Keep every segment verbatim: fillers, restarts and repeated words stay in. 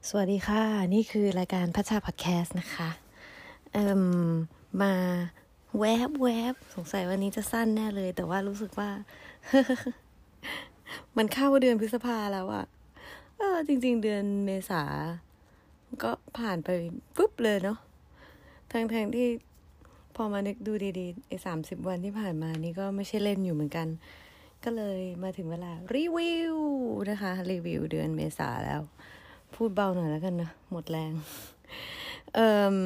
สวัสดีค่ะนี่คือรายการพัชชาพอดแคสต์นะคะเอ่มมาแวบแวบสงสัยวันนี้จะสั้นแน่เลยแต่ว่ารู้สึกว่า มันเข้าเดือนพฤษภาแล้วอะเออจริงๆเดือนเมษาก็ผ่านไปปุ๊บเลยเนาะทั้งๆที่พอมานึกดูดีๆไอ้สามสิบวันที่ผ่านมานี่ก็ไม่ใช่เล่นอยู่เหมือนกันก็เลยมาถึงเวลารีวิวนะคะรีวิวเดือนเมษาแล้วพูดเบาหน่อยแล้วกันนะหมดแรงเอ่ม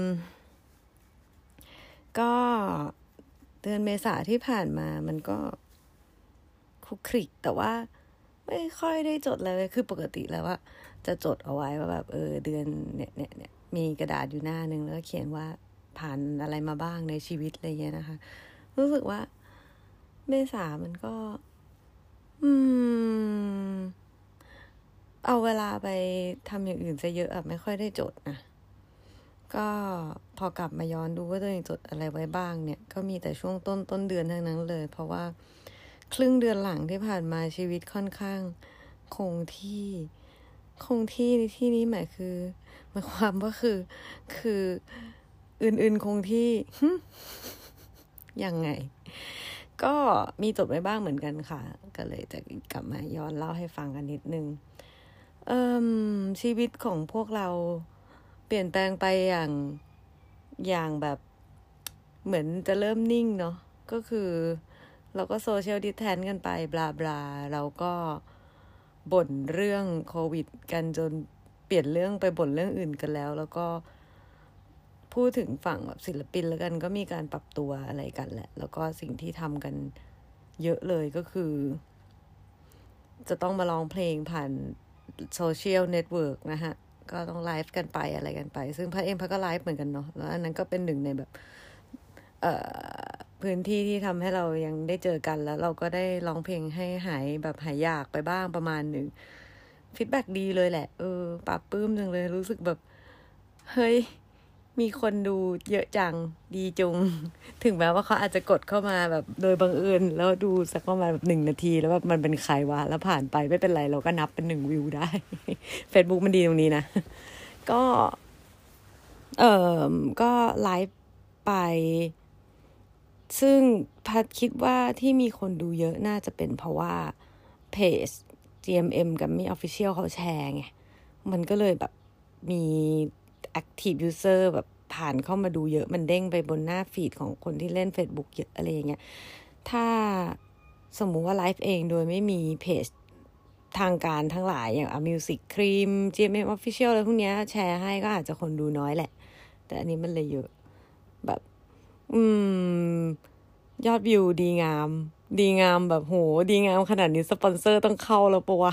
ก็เดือนเมษาที่ผ่านมามันก็คลุกคลิกแต่ว่าไม่ค่อยได้จดเลยคือปกติแล้วว่าจะจดเอาไว้ว่าแบบเออเดือนเนี่ยเนี่ยเนี่ยมีกระดาษอยู่หน้านึงแล้วก็เขียนว่าผ่านอะไรมาบ้างในชีวิตอะไรเงี้ยนะคะรู้สึกว่าเมษามันก็อืมเอาเวลาไปทำอย่างอื่นซะเยอะอะไม่ค่อยได้จดนะก็พอกลับมาย้อนดูว่าตัวเองจดอะไรไว้บ้างเนี่ยก็มีแต่ช่วงต้นต้นเดือนทั้งนั้นเลยเพราะว่าครึ่งเดือนหลังที่ผ่านมาชีวิตค่อนข้างคงที่คงที่ในที่นี้หมายคือหมายความว่าคือคืออื่นๆคงที่ยังไงก็มีจดไว้บ้างเหมือนกันค่ะก็เลยจะกลับมาย้อนเล่าให้ฟังกันนิดนึงเอ่มชีวิตของพวกเราเปลี่ยนแปลงไปอย่างอย่างแบบเหมือนจะเริ่มนิ่งเนาะก็คือเราก็โซเชียลดิสแทนกันไปบลาบลาเราก็บ่นเรื่องโควิดกันจนเปลี่ยนเรื่องไปบ่นเรื่องอื่นกันแล้วแล้วก็พูดถึงฝั่งแบบศิลปินแล้วกันก็มีการปรับตัวอะไรกันแหละแล้วก็สิ่งที่ทำกันเยอะเลยก็คือจะต้องมาร้องเพลงผ่านโซเชียลเน็ตเวิร์กนะฮะก็ต้องไลฟ์กันไปอะไรกันไปซึ่งพัดเองพัดก็ไลฟ์เหมือนกันเนาะแล้วอันนั้นก็เป็นหนึ่งในแบบเอ่อพื้นที่ที่ทำให้เรายังได้เจอกันแล้วเราก็ได้ร้องเพลงให้หายแบบหายอยากไปบ้างประมาณหนึ่งฟีดแบ็กดีเลยแหละเออปลาบปลื้มจังเลยรู้สึกแบบเฮ้ยมีคนดูเยอะจังดีจุงถึงแม้ว่าเขาอาจจะกดเข้ามาแบบโดยบังเอิญแล้วดูสักประมาณแบบหนึ่งนาทีแล้วแบบมันเป็นใครวะแล้วผ่านไปไม่เป็นไรเราก็นับเป็นหนึ่งวิวได้ Facebook มันดีตรงนี้นะก็เออก็ไลฟ์ไปซึ่งพัดคิดว่าที่มีคนดูเยอะน่าจะเป็นเพราะว่าเพจ จี เอ็ม เอ็ม กับมี Official เขาแชร์ไงมันก็เลยแบบมี Active User แบบผ่านเข้ามาดูเยอะมันเด้งไปบนหน้าฟีดของคนที่เล่น Facebook เยอะอะไรอย่างเงี้ยถ้าสมมุติว่าไลฟ์เองโดยไม่มีเพจทางการทั้งหลายอย่างอ่ะ Music Cream จี เอ็ม เอ็ม Official อะไรพวกเนี้ยแชร์ให้ก็อาจจะคนดูน้อยแหละแต่อันนี้มันเลยเยอะแบบอืมยอดวิวดีงามดีงามแบบโหดีงามขนาดนี้สปอนเซอร์ต้องเข้าแล้วปะวะ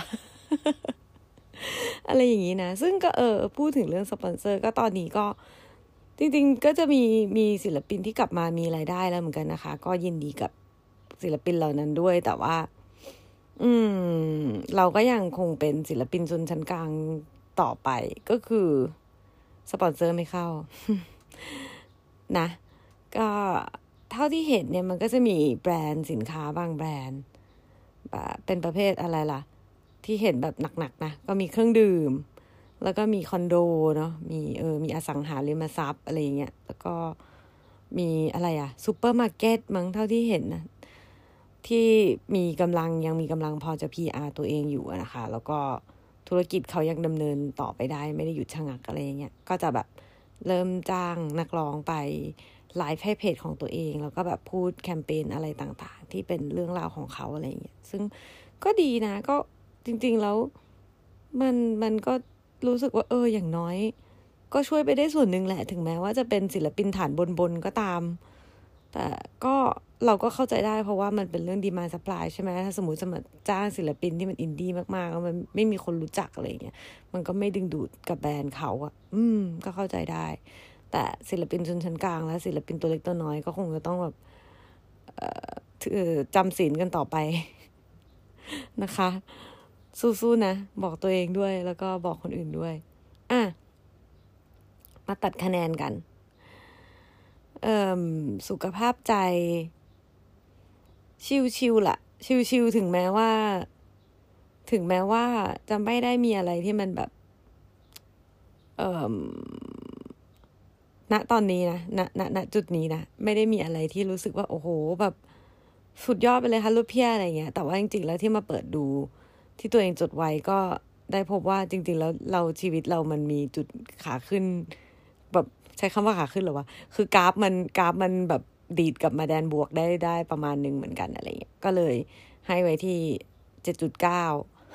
อะไรอย่างนี้นะซึ่งก็เออพูดถึงเรื่องสปอนเซอร์ก็ตอนนี้ก็จริงๆก็จะมีมีศิลปินที่กลับมามีรายได้แล้วเหมือนกันนะคะก็ยินดีกับศิลปินเหล่านั้นด้วยแต่ว่าอืมเราก็ยังคงเป็นศิลปินชนชั้นกลางต่อไปก็คือสปอนเซอร์ไม่เข้า นะก็เท่าที่เห็นเนี่ยมันก็จะมีแบรนด์สินค้าบางแบรนด์แบบเป็นประเภทอะไรล่ะที่เห็นแบบหนักๆนะก็มีเครื่องดื่มแล้วก็มีคอนโดเนาะมีเออมีอสังหาริมทรัพย์อะไรเงี้ยแล้วก็มีอะไรอะซูเปอร์มาร์เก็ตมั้งเท่าที่เห็นนะที่มีกำลังยังมีกำลังพอจะ พี อาร์ ตัวเองอยู่นะคะแล้วก็ธุรกิจเขายังดำเนินต่อไปได้ไม่ได้หยุดชะงักอะไรเงี้ยก็จะแบบเริ่มจ้างนักร้องไปไลฟ์ให้เพจของตัวเองแล้วก็แบบพูดแคมเปญอะไรต่างๆที่เป็นเรื่องราวของเขาอะไรเงี้ยซึ่งก็ดีนะก็จริงๆแล้วมันมันก็รู้สึกว่าเอออย่างน้อยก็ช่วยไปได้ส่วนหนึ่งแหละถึงแม้ว่าจะเป็นศิลปินฐานบนๆก็ตามแต่ก็เราก็เข้าใจได้เพราะว่ามันเป็นเรื่องดีมานด์ซัพพลายใช่ไหมถ้าสมมติจะมาจ้างศิลปินที่มันอินดี้มากๆแล้วมันไม่มีคนรู้จักอะไรเงี้ยมันก็ไม่ดึงดูดกับแบรนด์เขาอ่ะอืมก็เข้าใจได้แต่ศิลปินชนชั้นกลางและศิลปินตัวเล็กตัวน้อยก็คงจะต้องแบบเอ่อจำศีลกันต่อไปนะคะสู้ๆนะบอกตัวเองด้วยแล้วก็บอกคนอื่นด้วยอ่ะมาตัดคะแนนกันเอ่อสุขภาพใจชิวๆล่ะชิวๆถึงแม้ว่าถึงแม้ว่าจะไม่ได้มีอะไรที่มันแบบเอ่อณตอนนี้นะณณณจุดนี้นะไม่ได้มีอะไรที่รู้สึกว่าโอ้โหแบบสุดยอดไปเลยค่ะรูปเพี้ยอะไรเงี้ยแต่ว่าจริงๆแล้วที่มาเปิดดูที่ตัวเองจดไว้ก็ได้พบว่าจริงๆแล้วเราชีวิตเรามันมีจุดขาขึ้นแบบใช้คำว่าขาขึ้นหรอวะคือกราฟมันกราฟมันแบบดีดกลับมาแดนบวกได้ได้ประมาณหนึ่งเหมือนกันอะไรเงี้ยก็เลยให้ไว้ที่เจ็ดจุดเก้า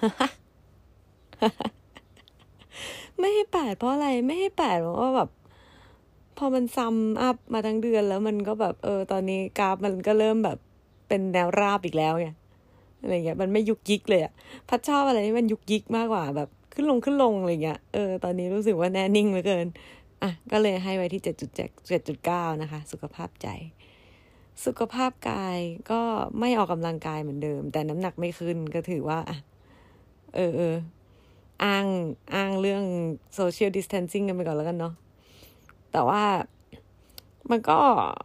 ไม่ให้แปดเพราะอะไรไม่ให้แปดเพราะว่าแบบพอมันซัมอัพมาทั้งเดือนแล้วมันก็แบบเออตอนนี้กราฟมันก็เริ่มแบบเป็นแนวราบอีกแล้วไงอะไรเงี้ยมันไม่ยุกยิกเลยอ่ะพัดชอบอะไรที่มันยุกยิกมากกว่าแบบขึ้นลงขึ้นลงอะไรเงี้ยเออตอนนี้รู้สึกว่าแน่นิ่งเหลือเกินอ่ะก็เลยให้ไว้ที่เจ็ดจุดเจ็ดเจ็ดจุดเก้านะคะสุขภาพใจสุขภาพกายก็ไม่ออกกำลังกายเหมือนเดิมแต่น้ำหนักไม่ขึ้นก็ถือว่าอ่ะเออเอออ้างอ้างเรื่อง social distancing กันไปก่อนแล้วกันเนาะแต่ว่ามันก็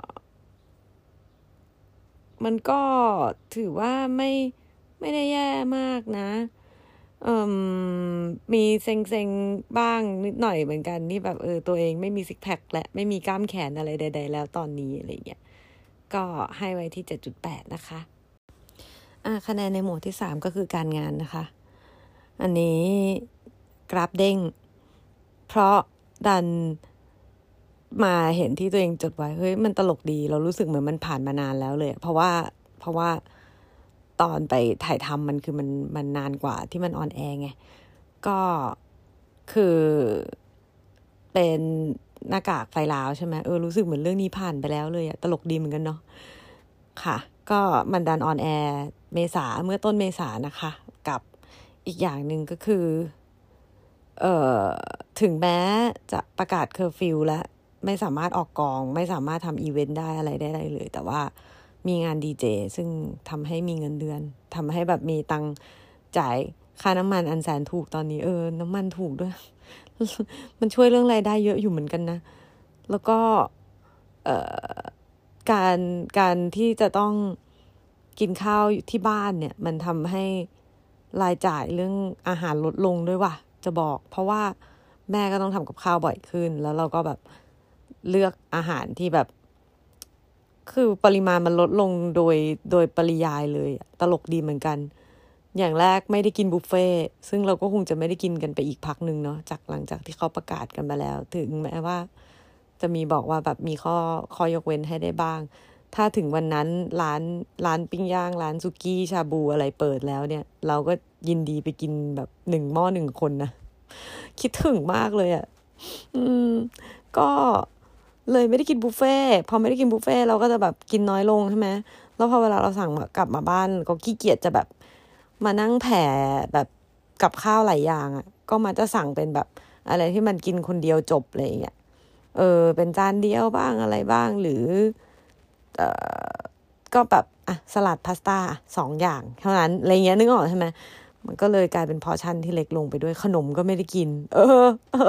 มันก็ถือว่าไม่ไม่ได้แย่มากนะเอ่มมีเซ็งๆบ้างนิดหน่อยเหมือนกันที่แบบเออตัวเองไม่มีซิกแพคและไม่มีกล้ามแขนอะไรใดๆแล้วตอนนี้อะไรเงี้ยก็ให้ไว้ที่ เจ็ดจุดแปด นะคะอ่ะคะแนนในหมวดที่สามก็คือการงานนะคะอันนี้กราฟเด้งเพราะดันมาเห็นที่ตัวเองจดไว้เฮ้ยมันตลกดีเรารู้สึกเหมือนมันผ่านมานานแล้วเลยเพราะว่าเพราะว่าตอนไปถ่ายทำมันคือมันมันนานกว่าที่มันออนแอร์ไงก็คือเป็นหน้ากากไฟลาวใช่ไหมเออรู้สึกเหมือนเรื่องนี้ผ่านไปแล้วเลยอะตลกดีเหมือนกันเนาะค่ะก็มันดันออนแอร์เมษาเมื่อต้นเมษานะคะกับอีกอย่างหนึ่งก็คือเอ่อถึงแม้จะประกาศเคอร์ฟิวแล้วไม่สามารถออกกองไม่สามารถทำอีเวนต์ได้อะไรได้เลยแต่ว่ามีงานดีเจซึ่งทำให้มีเงินเดือนทำให้แบบมีตังจ่ายค่าน้ำมันอันแสนถูกตอนนี้เออน้ำมันถูกด้วย มันช่วยเรื่องรายได้เยอะอยู่เหมือนกันนะแล้วก็เอ่อการการที่จะต้องกินข้าวที่บ้านเนี่ยมันทำให้รายจ่ายเรื่องอาหารลดลงด้วยว่ะจะบอกเพราะว่าแม่ก็ต้องทำกับข้าวบ่อยขึ้นแล้วเราก็แบบเลือกอาหารที่แบบคือปริมาณมันลดลงโดยโดยปริยายเลยตลกดีเหมือนกันอย่างแรกไม่ได้กินบุฟเฟ่ซึ่งเราก็คงจะไม่ได้กินกันไปอีกพักนึงเนาะจากหลังจากที่เขาประกาศกันมาแล้วถึงแม้ว่าจะมีบอกว่าแบบมีข้อข้อยกเว้นให้ได้บ้างถ้าถึงวันนั้นร้านร้านปิ้งย่างร้านซุกี้ชาบูอะไรเปิดแล้วเนี่ยเราก็ยินดีไปกินแบบหนึ่งหม้อหนึ่งคนนะคิดถึงมากเลยอ่ะอืมก็เลยไม่ได้กินบุฟเฟ่พอไม่ได้กินบุฟเฟ่เราก็จะแบบกินน้อยลงใช่ไหมแล้วพอเวลาเราสั่งกลับมาบ้านก็ขี้เกียจจะแบบมานั่งแผ่แบบกับข้าวหลายอย่างอ่ะก็มาจะสั่งเป็นแบบอะไรที่มันกินคนเดียวจบอะไรอย่างเงี้ยเออเป็นจานเดียวบ้างอะไรบ้างหรือเอ่อก็แบบอ่ะสลัดพาสต้าสองอย่างเท่านั้นอะไรเงี้ยนึกออกใช่ไหมมันก็เลยกลายเป็นพอร์ชั่นที่เล็กลงไปด้วยขนมก็ไม่ได้กินเออ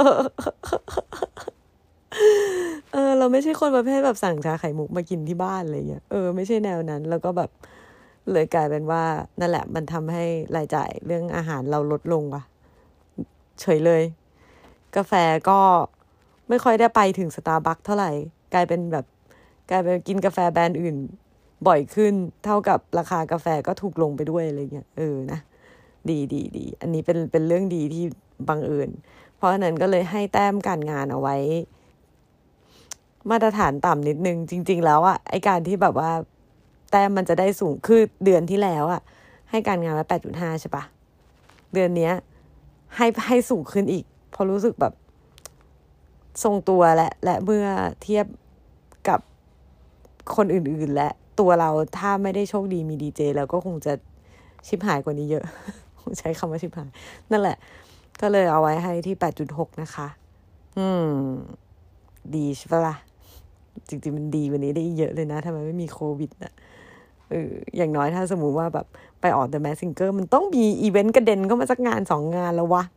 เออเราไม่ใช่คนประเภทแบบสั่งชาไข่มุกมากินที่บ้านอะไรเงี้ยเออไม่ใช่แนวนั้นแล้วก็แบบเลยกลายเป็นว่านั่นแหละมันทำให้รายจ่ายเรื่องอาหารเราลดลงว่ะเฉยเลยกาแฟก็ไม่ค่อยได้ไปถึงสตาร์บัคเท่าไหร่กลายเป็นแบบกลายเป็นกินกาแฟแบรนด์อื่นบ่อยขึ้นเท่ากับราคากาแฟก็ถูกลงไปด้วยอะไรเงี้ยเออนะดีดีดีอันนี้เป็นเป็นเรื่องดีที่บังเอิญเพราะฉะนั้นก็เลยให้แต้มการงานเอาไว้มาตรฐานต่ำนิดนึงจริงๆแล้วอ่ะไอการที่แบบว่าแต้มมันจะได้สูงคือเดือนที่แล้วอ่ะให้การงานไว้ แปดจุดห้า ใช่ปะเดือนเนี้ยให้ให้สูงขึ้นอีกพอรู้สึกแบบทรงตัวและและเมื่อเทียบกับคนอื่นๆและตัวเราถ้าไม่ได้โชคดีมีดีเจแล้วก็คงจะชิบหายกว่านี้เยอะ ใช้คำว่าชิบหายนั่นแหละก็เลยเอาไว้ให้ที่ แปดจุดหก นะคะอืมดีใช่ปะล่ะจริงๆมันดีวันนี้ได้เยอะเลยนะทำไมไม่มีโควิดนะเอออย่างน้อยถ้าสมมุติว่าแบบไปออก The Masked Singer มันต้องมีอีเวนต์กระเด็นเข้ามาสักงานสองงานแล้ววะ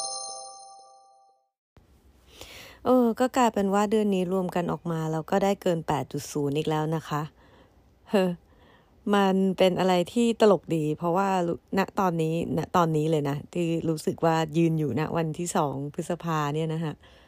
เออก็กลายเป็นว่าเดือนนี้รวมกันออกมาแล้วก็ได้เกิน แปดจุดศูนย์ อีกแล้วนะคะเฮ้อมันเป็นอะไรที่ตลกดีเพราะว่าณตอนนี้ณตอนนี้เลยนะที่รู้สึกว่ายืนอยู่ณวันที่สองพฤษภาเนี่ยนะคะ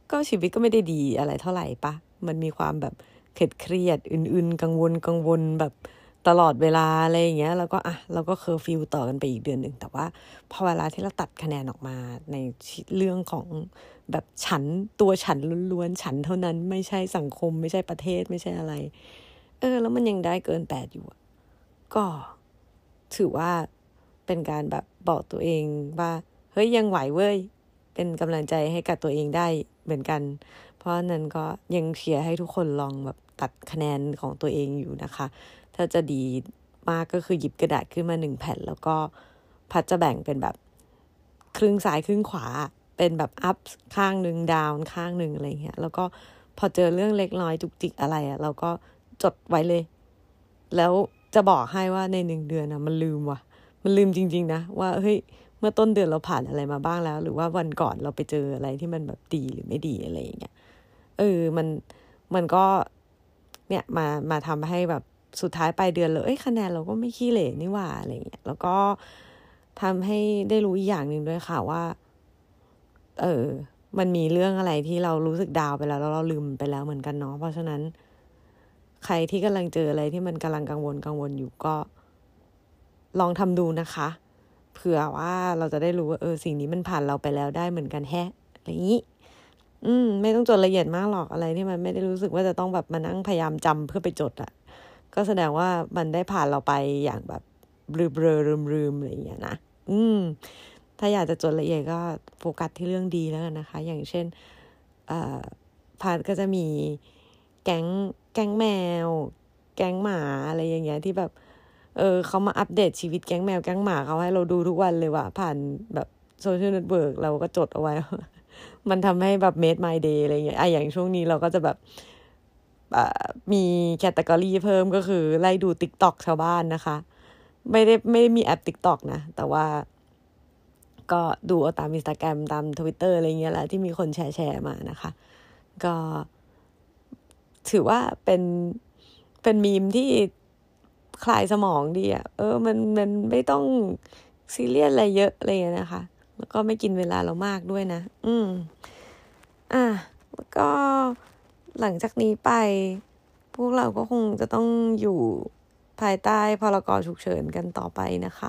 ก็ชีวิตก็ไม่ได้ดีอะไรเท่าไหร่ปะมันมีความแบบเครียดเครียดอื่นๆกังวลกังวลแบบตลอดเวลาอะไรอย่างเงี้ยแล้วก็อ่ะเราก็เคอร์ฟิวต่อกันไปอีกเดือนหนึ่งแต่ว่าพอเวลาที่เราตัดคะแนนออกมาในเรื่องของแบบฉันตัวฉันล้วนๆฉันเท่านั้นไม่ใช่สังคมไม่ใช่ประเทศไม่ใช่อะไรเออแล้วมันยังได้เกินแปดอยู่ก็ถือว่าเป็นการแบบบอกตัวเองว่าเฮ้ยยังไหวเว้ยเป็นกำลังใจให้กับตัวเองได้เหมือนกันเพราะนั้นก็ยังเชียร์ให้ทุกคนลองแบบตัดคะแนนของตัวเองอยู่นะคะถ้าจะดีมากก็คือหยิบกระดาษขึ้นมาหนึ่งแผ่นแล้วก็พัดจะแบ่งเป็นแบบครึ่งซ้ายครึ่งขวาเป็นแบบอัพข้างหนึ่งดาวน์ข้างหนึ่งอะไรเงี้ยแล้วก็พอเจอเรื่องเล็กน้อยจุกจิกอะไรอ่ะเราก็จดไว้เลยแล้วจะบอกให้ว่าในหนึ่งเดือนนะมันลืมว่ะมันลืมจริงๆนะว่าเฮ้ยเมื่อต้นเดือนเราผ่านอะไรมาบ้างแล้วหรือว่าวันก่อนเราไปเจออะไรที่มันแบบดีหรือไม่ดีอะไรอย่างเงี้ยเออมันมันก็เนี่ยมามาทำให้แบบสุดท้ายปลายเดือนเลยเอ้ยคะแนนเราก็ไม่ขี้เหร่นี่หว่าอะไรอย่างเงี้ยแล้วก็ทำให้ได้รู้อีกอย่างหนึ่งด้วยค่ะว่าเออมันมีเรื่องอะไรที่เรารู้สึกดาวไปแล้วแล้วเราลืมไปแล้วเหมือนกันเนาะเพราะฉะนั้นใครที่กำลังเจออะไรที่มันกำลังกังวลกังวลอยู่ก็ลองทำดูนะคะเผื่อว่าเราจะได้รู้ว่าเออสิ่งนี้มันผ่านเราไปแล้วได้เหมือนกันแฮะอะไรอย่างนี้อืมไม่ต้องจดละเอียดมากหรอกอะไรที่มันไม่ได้รู้สึกว่าจะต้องแบบมานั่งพยายามจำเพื่อไปจดอะก็แสดงว่ามันได้ผ่านเราไปอย่างแบบเบลอๆลืมๆอะไรอย่างเงี้ยนะอืมถ้าอยากจะจดละเอียดก็โฟกัสที่เรื่องดีแล้วกันนะคะอย่างเช่นเอ่อพาร์ทก็จะมีแก๊งแก๊งแมวแก๊งหมาอะไรอย่างเงี้ยที่แบบเออเขามาอัปเดตชีวิตแก๊งแมวแก๊งหมาเขาให้เราดูทุกวันเลยว่ะผ่านแบบโซเชียลเน็ตเวิร์กเราก็จดเอาไว้ มันทำให้แบบ made my day อะไรเงี้ยอ่ะอย่างช่วงนี้เราก็จะแบบมีแคตตากรีเพิ่มก็คือไล่ดู TikTok ชาวบ้านนะคะไม่ได้ไม่ได้มีแอป TikTok นะแต่ว่าก็ดูเอาตาม Instagram ตาม Twitter อะไรเงี้ยแหละที่มีคนแชร์แชร์มานะคะก็ถือว่าเป็นเป็นมีมที่คลายสมองดีอ่ะเออมันมันไม่ต้องซีเรียสอะไรเยอะอะไรเงี้ยนะคะแล้วก็ไม่กินเวลาเรามากด้วยนะอืมอ่ะแล้วก็หลังจากนี้ไปพวกเราก็คงจะต้องอยู่ภายใต้พรกฉุกเฉินกันต่อไปนะคะ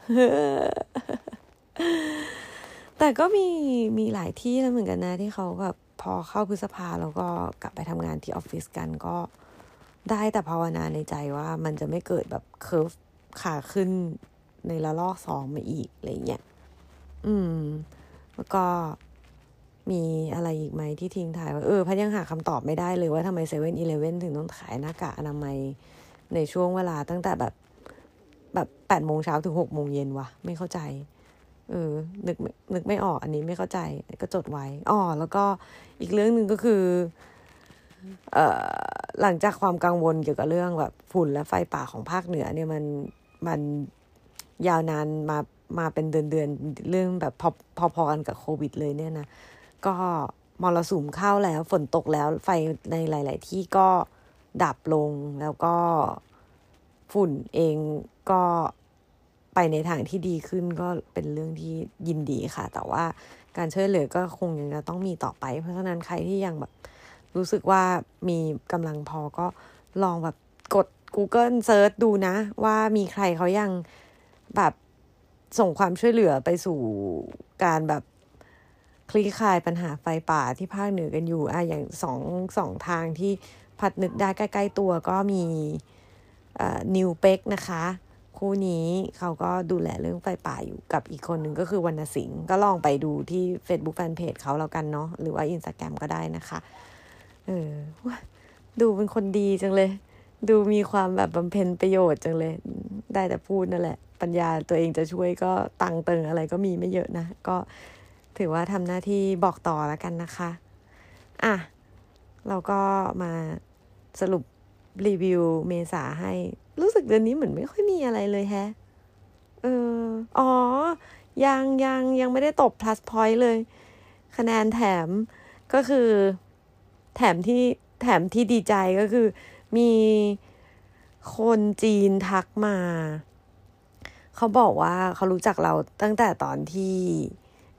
แต่ก็มีมีหลายที่แล้วเหมือนกันนะที่เขาแบบพอเข้าพฤษภาแล้วก็กลับไปทำงานที่ออฟฟิศกันก็ได้แต่ภาวนาในใจว่ามันจะไม่เกิดแบบเคอร์ฟขาขึ้นในระลอกสองมาอีกอะไรเงี้ยอืมแล้วก็มีอะไรอีกไหมที่ทิ้งท้ายว่าเออพัดยังหาคำตอบไม่ได้เลยว่าทำไมเซเว่นอีเลฟเว่นถึงต้องขายหน้ากากอนามัยในช่วงเวลาตั้งแต่แบบแบบแปดโมงเช้าถึงหกโมงเย็นวะไม่เข้าใจเออนึกนึกไม่ออกอันนี้ไม่เข้าใจก็จดไว้อ๋อแล้วก็อีกเรื่องนึงก็คือเอ่อหลังจากความกังวลเกี่ยวกับเรื่องแบบฝุ่นและไฟป่าของภาคเหนือเนี่ยมันมันยาวนานมามาเป็นเดือนเดือนเรื่องแบบพอพอๆกันกับโควิดเลยเนี่ยนะก็มรสุมเข้าแล้วฝนตกแล้วไฟในหลายๆที่ก็ดับลงแล้วก็ฝุ่นเองก็ไปในทางที่ดีขึ้นก็เป็นเรื่องที่ยินดีค่ะแต่ว่าการช่วยเหลือก็คงยังจะต้องมีต่อไปเพราะฉะนั้นใครที่ยังแบบรู้สึกว่ามีกำลังพอก็ลองแบบกด Google Search ดูนะว่ามีใครเขายังแบบส่งความช่วยเหลือไปสู่การแบบคลี่คลายปัญหาไฟป่าที่ภาคเหนือกันอยู่อ่ะอย่างสองสองทางที่พัดนึกได้ใกล้ๆตัวก็มีเอ่อนิวเป็กนะคะคู่นี้เขาก็ดูแลเรื่องไฟป่าอยู่กับอีกคนหนึ่งก็คือวรรณสิงห์ก็ลองไปดูที่ Facebook Fanpage เขาแล้วกันเนาะหรือว่า Instagram ก็ได้นะคะเออดูเป็นคนดีจังเลยดูมีความแบบบำเพ็ญประโยชน์จังเลยได้แต่พูดนั่นแหละปัญญาตัวเองจะช่วยก็ตังเติงอะไรก็มีไม่เยอะนะก็ถือว่าทำหน้าที่บอกต่อแล้วกันนะคะอ่ะเราก็มาสรุปรีวิวเมษาให้รู้สึกเดือนนี้เหมือนไม่ค่อยมีอะไรเลยแฮะเอออ๋อยังยังยังไม่ได้ตบ plus point เลยคะแนนแถมก็คือแถมที่แถมที่ดีใจก็คือมีคนจีนทักมาเขาบอกว่าเขารู้จักเราตั้งแต่ตอนที่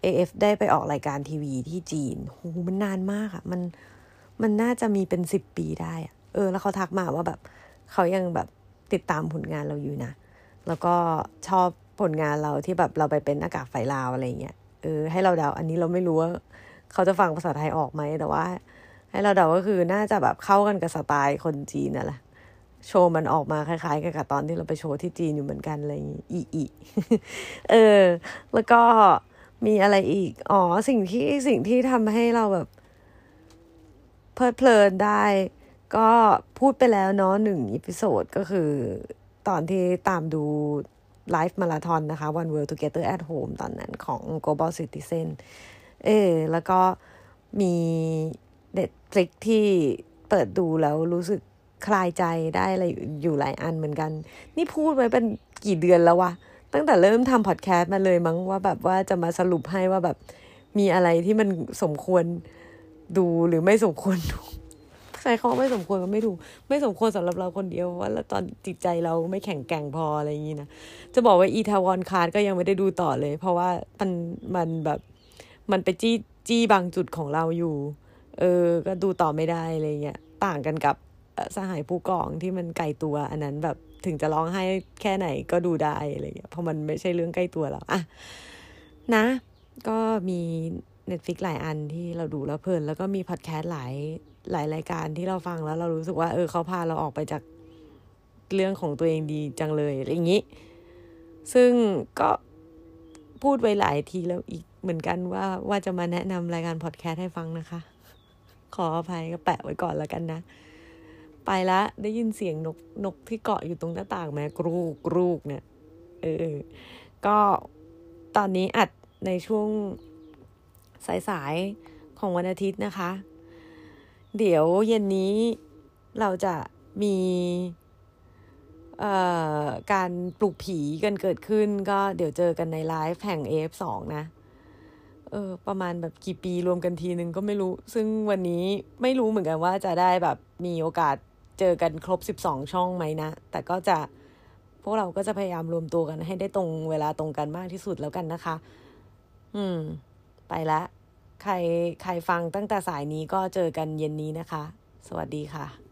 เอ เอฟ ได้ไปออกรายการทีวีที่จีนโหมันนานมากอะมันมันน่าจะมีเป็นสิบปีได้อะเออแล้วเขาทักมาว่าแบบเขายังแบบติดตามผลงานเราอยู่นะแล้วก็ชอบผลงานเราที่แบบเราไปเป็นหน้ากากไฟลาวอะไรเงี้ยเออให้เราเดาอันนี้เราไม่รู้ว่าเขาจะฟังภาษาไทยออกไหมแต่ว่าให้เราเดาก็คือน่าจะแบบเข้ากันกับสไตล์คนจีนนั่นแหละโชว์มันออกมาคล้ายๆกับตอนที่เราไปโชว์ที่จีนอยู่เหมือนกันอะไรอย่างงี้อีอี เออแล้วก็มีอะไรอีกอ๋อสิ่งที่สิ่งที่ทำให้เราแบบเพลิดเพลินได้ก็พูดไปแล้วเนาะหนึ่งอีพิโซดก็คือตอนที่ตามดูไลฟ์มาราธอนนะคะ One World Together at Home ตอนนั้นของ Global Citizen เออแล้วก็มี Netflix ที่เปิดดูแล้วรู้สึกคลายใจได้อะไรอยู่หลายอันเหมือนกันนี่พูดไว้เป็นกี่เดือนแล้ววะตั้งแต่เริ่มทำพอดแคสต์มาเลยมั้งว่าแบบว่าจะมาสรุปให้ว่าแบบมีอะไรที่มันสมควรดูหรือไม่สมควรดูใครเขาไม่สมควรก็ไม่ดูไม่สมควรสำหรับเราคนเดียวว่าตอนจิตใจเราไม่แข็งแกร่งพออะไรอย่างนี้นะจะบอกว่าอีทาวอนคาร์ดก็ยังไม่ได้ดูต่อเลยเพราะว่ามันมันแบบมันไปจี้จี้บางจุดของเราอยู่เออก็ดูต่อไม่ได้อะไรเงี้ยต่างกันกับสหายผู้กองที่มันไกลตัวอันนั้นแบบถึงจะร้องไห้แค่ไหนก็ดูได้อะไรเงี้ยเพราะมันไม่ใช่เรื่องใกล้ตัวเราอะนะก็มี Netflix หลายอันที่เราดูแล้วเพลินแล้วก็มีพอดแคสต์หลายหลายรายการที่เราฟังแล้วเรารู้สึกว่าเออเขาพาเราออกไปจากเรื่องของตัวเองดีจังเลยอะไรอย่างนี้ซึ่งก็พูดไว้หลายทีแล้วอีกเหมือนกันว่าว่าจะมาแนะนำรายการพอดแคสต์ให้ฟังนะคะขออภัยก็แปะไว้ก่อนแล้วกันนะไปละได้ยินเสียงนกนกที่เกาะอยู่ตรงหน้าต่างแม้กรูกกรูกเนี่ยเออก็ตอนนี้อัดในช่วงสายๆของวันอาทิตย์นะคะเดี๋ยวเย็นนี้เราจะมีเอ่อการปลุกผีกันเกิดขึ้นก็เดี๋ยวเจอกันในไลฟ์แห่ง เอ เอฟ สอง นะเออประมาณแบบกี่ปีรวมกันทีนึงก็ไม่รู้ซึ่งวันนี้ไม่รู้เหมือนกันว่าจะได้แบบมีโอกาสเจอกันครบสิบสองช่องไหมนะแต่ก็จะพวกเราก็จะพยายามรวมตัวกันให้ได้ตรงเวลาตรงกันมากที่สุดแล้วกันนะคะอืมไปละใครใครฟังตั้งแต่สายนี้ก็เจอกันเย็นนี้นะคะสวัสดีค่ะ